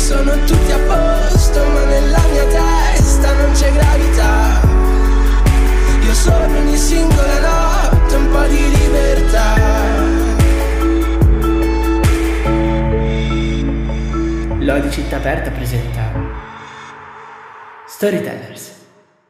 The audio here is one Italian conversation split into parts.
sono tutti a posto, ma nella mia testa non c'è gravità. Io sono ogni singola notte un po' di libertà. Lodi Città Aperta presenta Storytellers.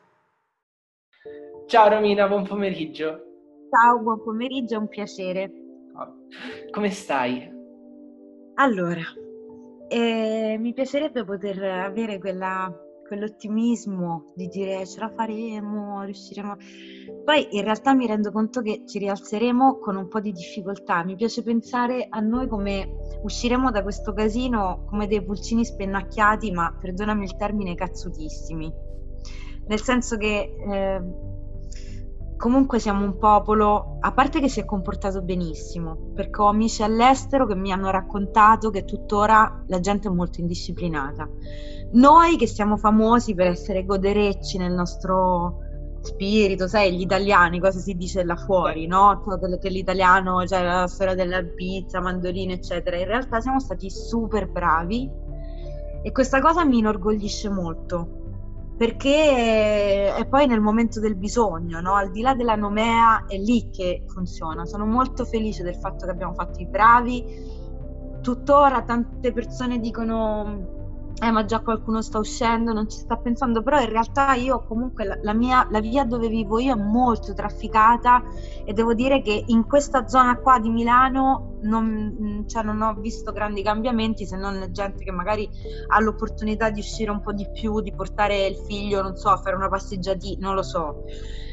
Ciao Romina, buon pomeriggio. Ciao, buon pomeriggio, è un piacere. Come stai? Allora, mi piacerebbe poter avere quell'ottimismo di dire ce la faremo, riusciremo. Poi in realtà mi rendo conto che ci rialzeremo con un po' di difficoltà. Mi piace pensare a noi come usciremo da questo casino come dei pulcini spennacchiati, ma perdonami il termine, cazzutissimi. Nel senso che comunque siamo un popolo, a parte che si è comportato benissimo, perché ho amici all'estero che mi hanno raccontato che tuttora la gente è molto indisciplinata. Noi che siamo famosi per essere goderecci nel nostro spirito, sai, gli italiani, cosa si dice là fuori, no? Che l'italiano, cioè la storia della pizza, mandolino, eccetera. In realtà siamo stati super bravi e questa cosa mi inorgoglisce molto. Perché è poi nel momento del bisogno, no? Al di là della nomea è lì che funziona. Sono molto felice del fatto che abbiamo fatto i bravi. Tuttora tante persone dicono ma già qualcuno sta uscendo, non ci sta pensando, però in realtà io comunque la via dove vivo io è molto trafficata e devo dire che in questa zona qua di Milano non ho visto grandi cambiamenti, se non gente che magari ha l'opportunità di uscire un po' di più, di portare il figlio, non so, a fare una passeggiatina, non lo so.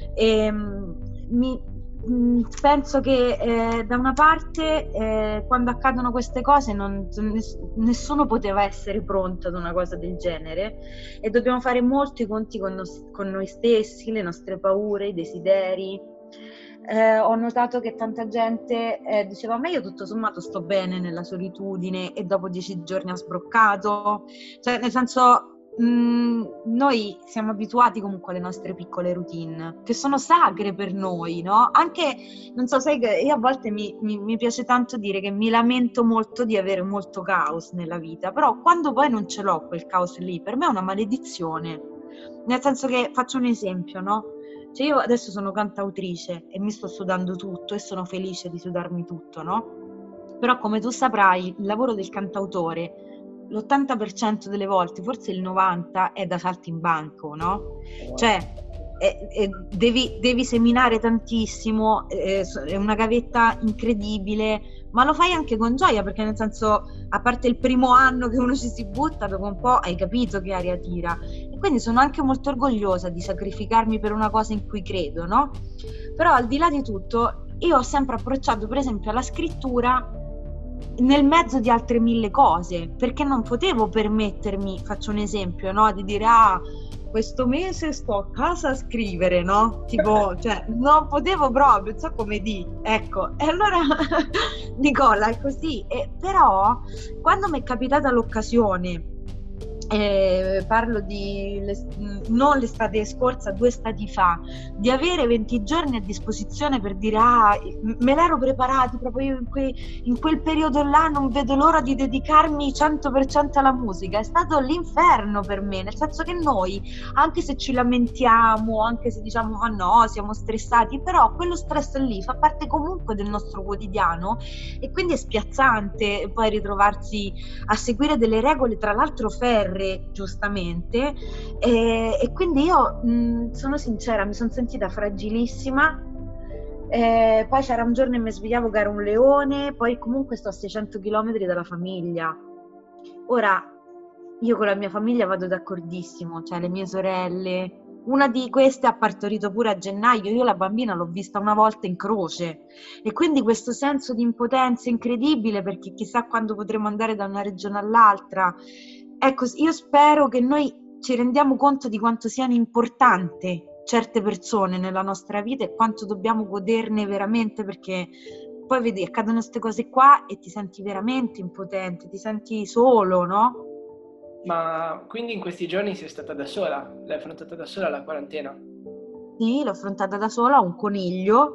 Penso che da una parte quando accadono queste cose nessuno poteva essere pronto ad una cosa del genere e dobbiamo fare molto i conti con noi stessi, le nostre paure, i desideri. Ho notato che tanta gente diceva ma io tutto sommato sto bene nella solitudine e dopo 10 giorni ha sbroccato, cioè nel senso noi siamo abituati comunque alle nostre piccole routine che sono sacre per noi, no? Anche, non so, sai che io a volte mi piace tanto dire che mi lamento molto di avere molto caos nella vita, però quando poi non ce l'ho quel caos lì, per me è una maledizione, nel senso che, faccio un esempio, no? Cioè io adesso sono cantautrice e mi sto sudando tutto e sono felice di sudarmi tutto, no? Però come tu saprai, il lavoro del cantautore l'80% delle volte, forse il 90%, è da saltimbanco, no? Cioè devi seminare tantissimo, è una gavetta incredibile, ma lo fai anche con gioia, perché nel senso, a parte il primo anno che uno ci si butta, dopo un po' hai capito che aria tira, e quindi sono anche molto orgogliosa di sacrificarmi per una cosa in cui credo, no? Però al di là di tutto, io ho sempre approcciato per esempio alla scrittura nel mezzo di altre 1000 cose, perché non potevo permettermi, faccio un esempio, no, di dire questo mese sto a casa a scrivere, no? Tipo, cioè, non potevo proprio, non so come ecco. E allora, Nicola, è così. Però, quando mi è capitata l'occasione, parlo di non l'estate scorsa, 2 estati fa, di avere 20 giorni a disposizione per dire me l'ero preparati proprio io in quel periodo là, non vedo l'ora di dedicarmi 100% alla musica. È stato l'inferno per me, nel senso che noi, anche se ci lamentiamo, anche se diciamo no, siamo stressati, però quello stress lì fa parte comunque del nostro quotidiano e quindi è spiazzante poi ritrovarsi a seguire delle regole, tra l'altro ferree, giustamente, e quindi io sono sincera, mi sono sentita fragilissima, poi c'era un giorno e mi svegliavo che ero un leone, poi comunque sto a 600 km dalla famiglia. Ora io con la mia famiglia vado d'accordissimo, cioè le mie sorelle, una di queste ha partorito pure a gennaio, io la bambina l'ho vista una volta in croce e quindi questo senso di impotenza incredibile, perché chissà quando potremo andare da una regione all'altra. Ecco, io spero che noi ci rendiamo conto di quanto siano importanti certe persone nella nostra vita e quanto dobbiamo goderne veramente, perché poi vedi, accadono queste cose qua e ti senti veramente impotente, ti senti solo, no? Ma quindi in questi giorni sei stata da sola? L'hai affrontata da sola la quarantena? Sì, l'ho affrontata da sola, ho un coniglio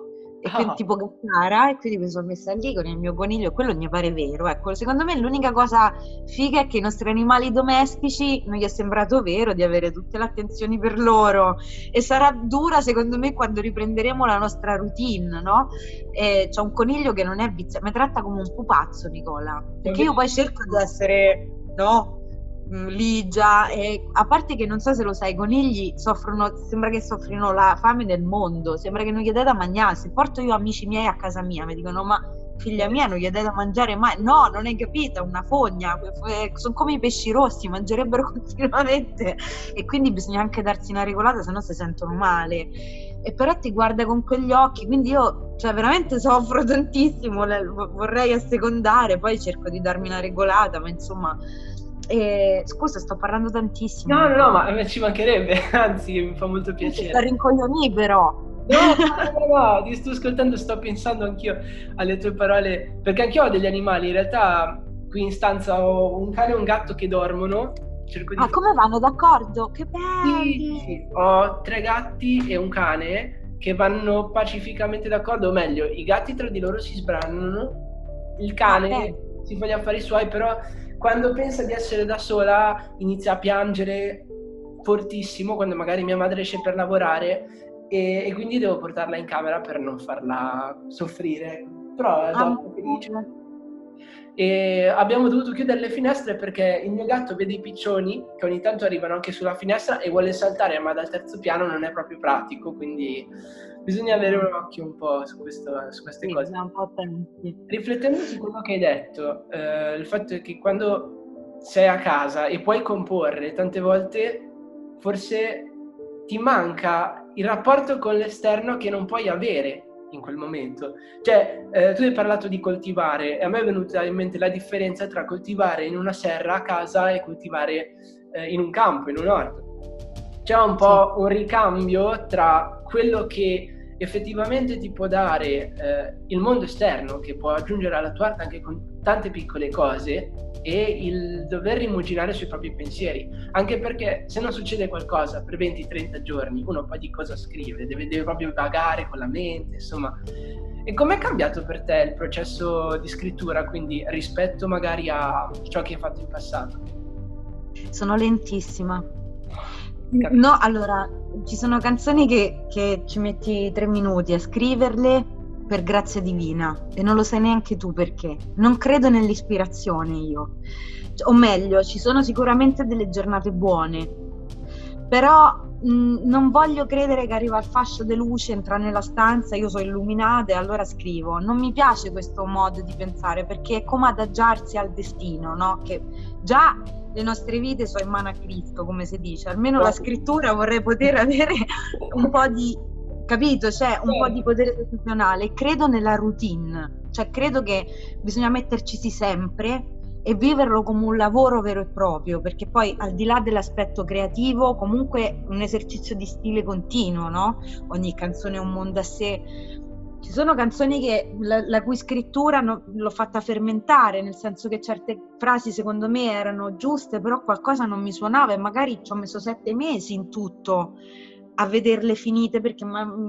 e quindi tipo gattara, e quindi mi sono messa lì con il mio coniglio e quello mi pare vero. Ecco, secondo me l'unica cosa figa è che i nostri animali domestici non gli è sembrato vero di avere tutte le attenzioni per loro, e sarà dura secondo me quando riprenderemo la nostra routine, no? C'è un coniglio che non è viziato, mi tratta come un pupazzo, Nicola, perché io poi cerco di essere, no, ligia, e a parte che non so se lo sai, i conigli soffrono, sembra che soffrino la fame del mondo, sembra che non gli dai da mangiare. Se porto io amici miei a casa mia mi dicono: ma figlia mia, non gli dai da mangiare mai? No, non hai capito, una fogna, sono come i pesci rossi, mangerebbero continuamente, e quindi bisogna anche darsi una regolata, se no si sentono male. E però ti guarda con quegli occhi, quindi io, cioè, veramente soffro tantissimo, vorrei assecondare, poi cerco di darmi una regolata, ma insomma. Scusa, sto parlando tantissimo. No, ma ci mancherebbe, anzi, mi fa molto piacere. Sto rincoglionì però. No, ti sto ascoltando, sto pensando anch'io alle tue parole, perché anch'io ho degli animali. In realtà qui in stanza ho un cane e un gatto che dormono. Come vanno d'accordo? Che belli! Sì. Ho 3 gatti e un cane che vanno pacificamente d'accordo, o meglio, i gatti tra di loro si sbranano, il cane si fa gli affari suoi, però quando pensa di essere da sola inizia a piangere fortissimo quando magari mia madre esce per lavorare, e quindi devo portarla in camera per non farla soffrire, però è troppo felice. E abbiamo dovuto chiudere le finestre perché il mio gatto vede i piccioni che ogni tanto arrivano anche sulla finestra e vuole saltare, ma dal terzo piano non è proprio pratico, quindi bisogna avere un occhio un po' su queste cose. Un po' attenti. Riflettendo su quello che hai detto, il fatto è che quando sei a casa e puoi comporre, tante volte forse ti manca il rapporto con l'esterno che non puoi avere in quel momento. Cioè, tu hai parlato di coltivare, e a me è venuta in mente la differenza tra coltivare in una serra a casa e coltivare in un campo, in un orto. C'è un po' un ricambio tra quello che effettivamente ti può dare il mondo esterno, che può aggiungere alla tua arte anche con tante piccole cose, e il dover rimuginare sui propri pensieri, anche perché se non succede qualcosa per 20-30 giorni uno poi di cosa scrive, deve proprio vagare con la mente, insomma. E com'è cambiato per te il processo di scrittura, quindi rispetto magari a ciò che hai fatto in passato? Sono lentissima. No, allora, ci sono canzoni che ci metti 3 minuti a scriverle per grazia divina, e non lo sai neanche tu perché. Non credo nell'ispirazione io, o meglio, ci sono sicuramente delle giornate buone, però non voglio credere che arriva il fascio di luce, entra nella stanza, io sono illuminata e allora scrivo. Non mi piace questo modo di pensare, perché è come adagiarsi al destino, no? Che già le nostre vite sono in mano a Cristo, come si dice. Almeno la scrittura vorrei poter avere un po' di, capito? Cioè un po' di potere decisionale. Credo nella routine, cioè credo che bisogna mettercisi sempre e viverlo come un lavoro vero e proprio, perché poi al di là dell'aspetto creativo comunque un esercizio di stile continuo, no? Ogni canzone è un mondo a sé. Ci sono canzoni che la cui scrittura l'ho fatta fermentare, nel senso che certe frasi secondo me erano giuste, però qualcosa non mi suonava, e magari ci ho messo 7 mesi in tutto a vederle finite, perché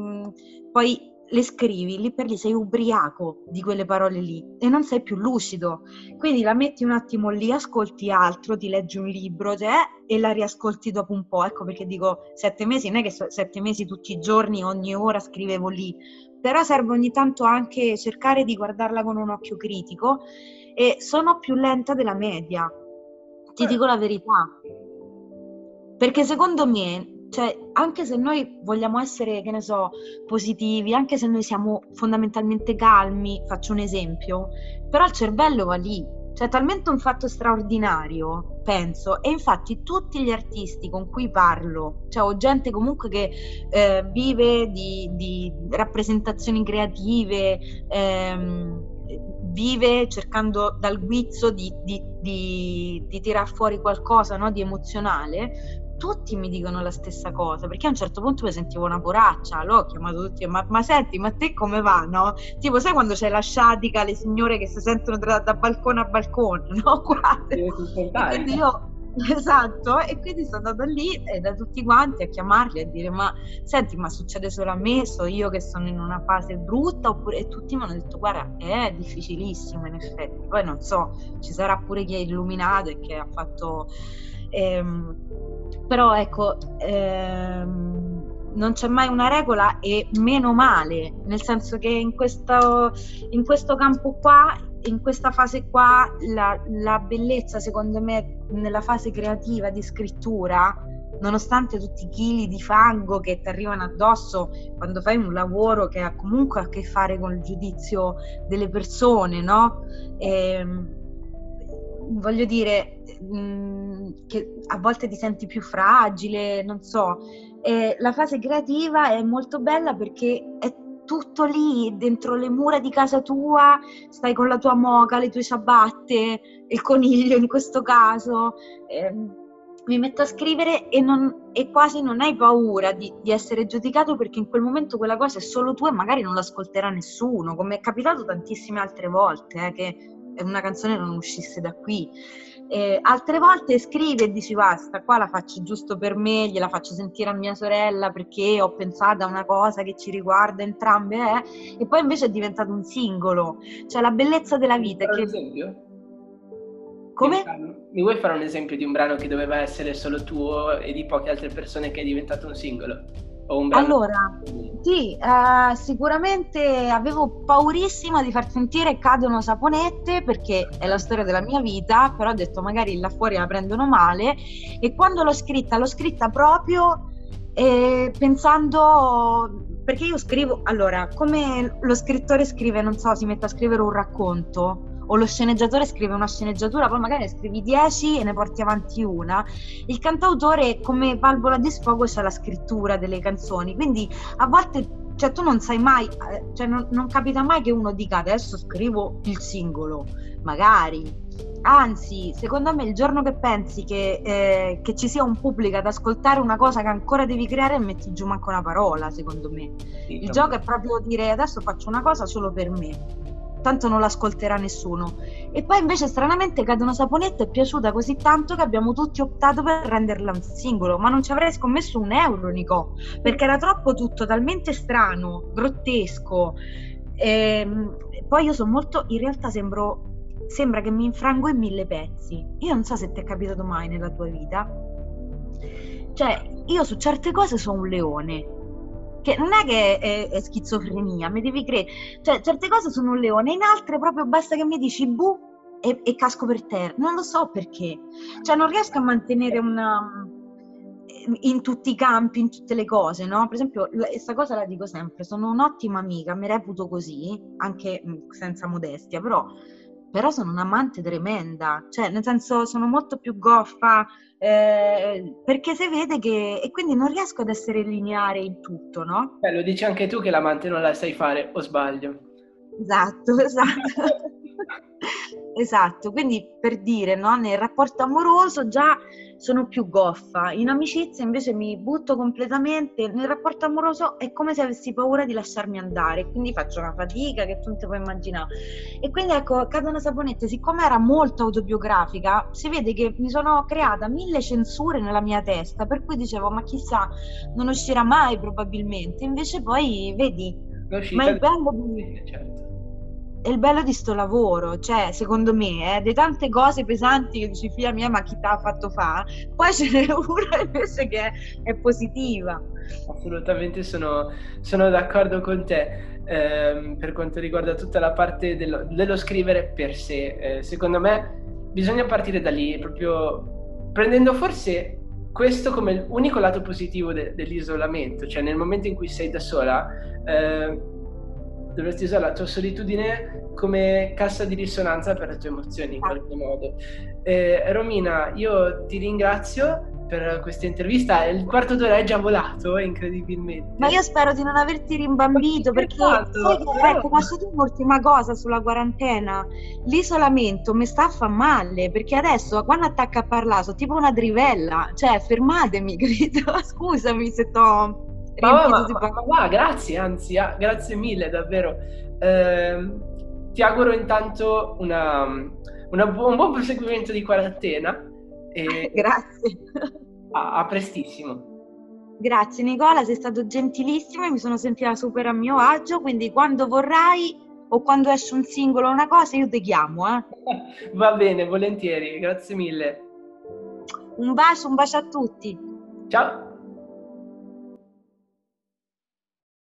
poi le scrivi, lì per lì sei ubriaco di quelle parole lì e non sei più lucido, quindi la metti un attimo lì, ascolti altro, ti leggi un libro, e la riascolti dopo un po'. Ecco perché dico 7 mesi, non è che 7 mesi tutti i giorni, ogni ora scrivevo lì, però serve ogni tanto anche cercare di guardarla con un occhio critico, e sono più lenta della media, ti dico la verità, perché secondo me, cioè, anche se noi vogliamo essere, che ne so, positivi, anche se noi siamo fondamentalmente calmi, faccio un esempio, però il cervello va lì, cioè è talmente un fatto straordinario, penso, e infatti tutti gli artisti con cui parlo, cioè ho gente comunque che vive di rappresentazioni creative, vive cercando dal guizzo di tirar fuori qualcosa, no, di emozionale. Tutti mi dicono la stessa cosa, perché a un certo punto mi sentivo una poraccia, l'ho chiamato tutti, ma senti, ma te come va, no? Tipo, sai quando c'è la sciatica, le signore che si sentono da balcone a balcone, no? Quasi. E quindi io Esatto, e quindi sono andata lì da tutti quanti a chiamarli a dire: ma senti, ma succede solo a me? So io che sono in una fase brutta? Oppure, e tutti mi hanno detto: guarda, è difficilissimo in effetti. Poi non so, ci sarà pure chi è illuminato e che ha fatto però ecco, non c'è mai una regola, e meno male, nel senso che in questo campo qua, in questa fase qua, la bellezza secondo me nella fase creativa di scrittura, nonostante tutti i chili di fango che ti arrivano addosso quando fai un lavoro che ha comunque a che fare con il giudizio delle persone, no? Voglio dire che a volte ti senti più fragile, non so. La fase creativa è molto bella perché è tutto lì dentro le mura di casa tua, stai con la tua moka, le tue ciabatte, il coniglio in questo caso, mi metto a scrivere e quasi non hai paura di essere giudicato, perché in quel momento quella cosa è solo tua e magari non l'ascolterà nessuno, come è capitato tantissime altre volte, che una canzone non uscisse da qui. Altre volte scrivi e dici: basta, qua la faccio giusto per me, gliela faccio sentire a mia sorella perché ho pensato a una cosa che ci riguarda entrambe, e poi invece è diventato un singolo. Cioè la bellezza della vita è che... Un esempio? Come? Mi vuoi fare un esempio di un brano che doveva essere solo tuo e di poche altre persone che è diventato un singolo? O un brano? Allora, sì, sicuramente avevo paurissima di far sentire Cadono Saponette, perché è la storia della mia vita, però ho detto magari là fuori la prendono male, e quando l'ho scritta proprio pensando, perché io scrivo, allora, come lo scrittore scrive, non so, si mette a scrivere un racconto, o lo sceneggiatore scrive una sceneggiatura, poi magari ne scrivi 10 e ne porti avanti una. Il cantautore come valvola di sfogo c'è la scrittura delle canzoni, quindi a volte, cioè, tu non sai mai, cioè non capita mai che uno dica adesso scrivo il singolo, magari. Anzi, secondo me il giorno che pensi che ci sia un pubblico ad ascoltare una cosa che ancora devi creare, metti giù manco una parola, secondo me. Sì, il gioco è proprio dire adesso faccio una cosa solo per me, tanto non l'ascolterà nessuno. E poi invece stranamente Cadono Saponette è piaciuta così tanto che abbiamo tutti optato per renderla un singolo, ma non ci avrei scommesso un euro, Nico, perché era troppo tutto talmente strano, grottesco. Poi io sono molto, in realtà sembra che mi infrango in 1000 pezzi. Io non so se ti è capitato mai nella tua vita, cioè io su certe cose sono un leone, che non è che è schizofrenia, mi devi credere, cioè certe cose sono un leone, in altre proprio basta che mi dici buh e casco per terra, non lo so perché, cioè non riesco a mantenere in tutti i campi, in tutte le cose, no? Per esempio, questa cosa la dico sempre, sono un'ottima amica, mi reputo così, anche senza modestia, però sono un'amante tremenda, cioè nel senso sono molto più goffa, perché si vede che, e quindi non riesco ad essere lineare in tutto, no? Lo dici anche tu che l'amante non la sai fare, o sbaglio? Esatto. Esatto, quindi per dire, no, nel rapporto amoroso già sono più goffa, in amicizia invece mi butto completamente, nel rapporto amoroso è come se avessi paura di lasciarmi andare, quindi faccio una fatica che tu non ti puoi immaginare. E quindi ecco, Cadono Saponette, siccome era molto autobiografica, si vede che mi sono creata 1000 censure nella mia testa, per cui dicevo ma chissà, non uscirà mai probabilmente, invece poi vedi, ma è bello certo. È il bello di sto lavoro, cioè secondo me di tante cose pesanti che dici figlia mia ma chi t'ha fatto fa, poi ce n'è una invece che è positiva. Assolutamente sono d'accordo con te, per quanto riguarda tutta la parte dello scrivere per sé. Secondo me bisogna partire da lì, proprio prendendo forse questo come l'unico lato positivo dell'isolamento, cioè nel momento in cui sei da sola dovresti usare la tua solitudine come cassa di risonanza per le tue emozioni in qualche modo. Romina, io ti ringrazio per questa intervista, il quarto d'ora è già volato, incredibilmente. Ma io spero di non averti rimbambito, perché ecco, posso dire un'ultima cosa sulla quarantena? L'isolamento mi sta a fa male, perché adesso quando attacca a parlare sono tipo una trivella, cioè fermatemi, credo, scusami se t'ho... Ma grazie, anzi, grazie mille davvero. Ti auguro intanto un buon proseguimento di quarantena E Grazie. a prestissimo. Grazie Nicola, sei stato gentilissimo e mi sono sentita super a mio agio, quindi quando vorrai o quando esce un singolo o una cosa io ti chiamo. Va bene, volentieri, grazie mille. Un bacio a tutti. Ciao.